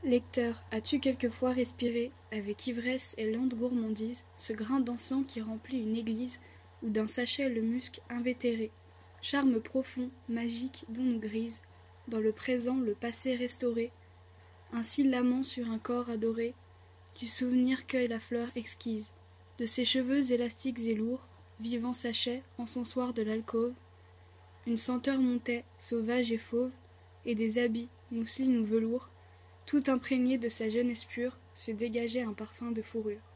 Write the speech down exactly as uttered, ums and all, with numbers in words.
Lecteur, as-tu quelquefois respiré, avec ivresse et lente gourmandise, ce grain d'encens qui remplit une église, ou d'un sachet le musc invétéré, charme profond, magique, dont nous grise, dans le présent le passé restauré, ainsi l'amant sur un corps adoré, du souvenir cueille la fleur exquise, de ses cheveux élastiques et lourds, vivant sachet, encensoir de l'alcôve, une senteur montait, sauvage et fauve, et des habits, mousseline ou velours, tout imprégné de sa jeunesse pure, se dégageait un parfum de fourrure.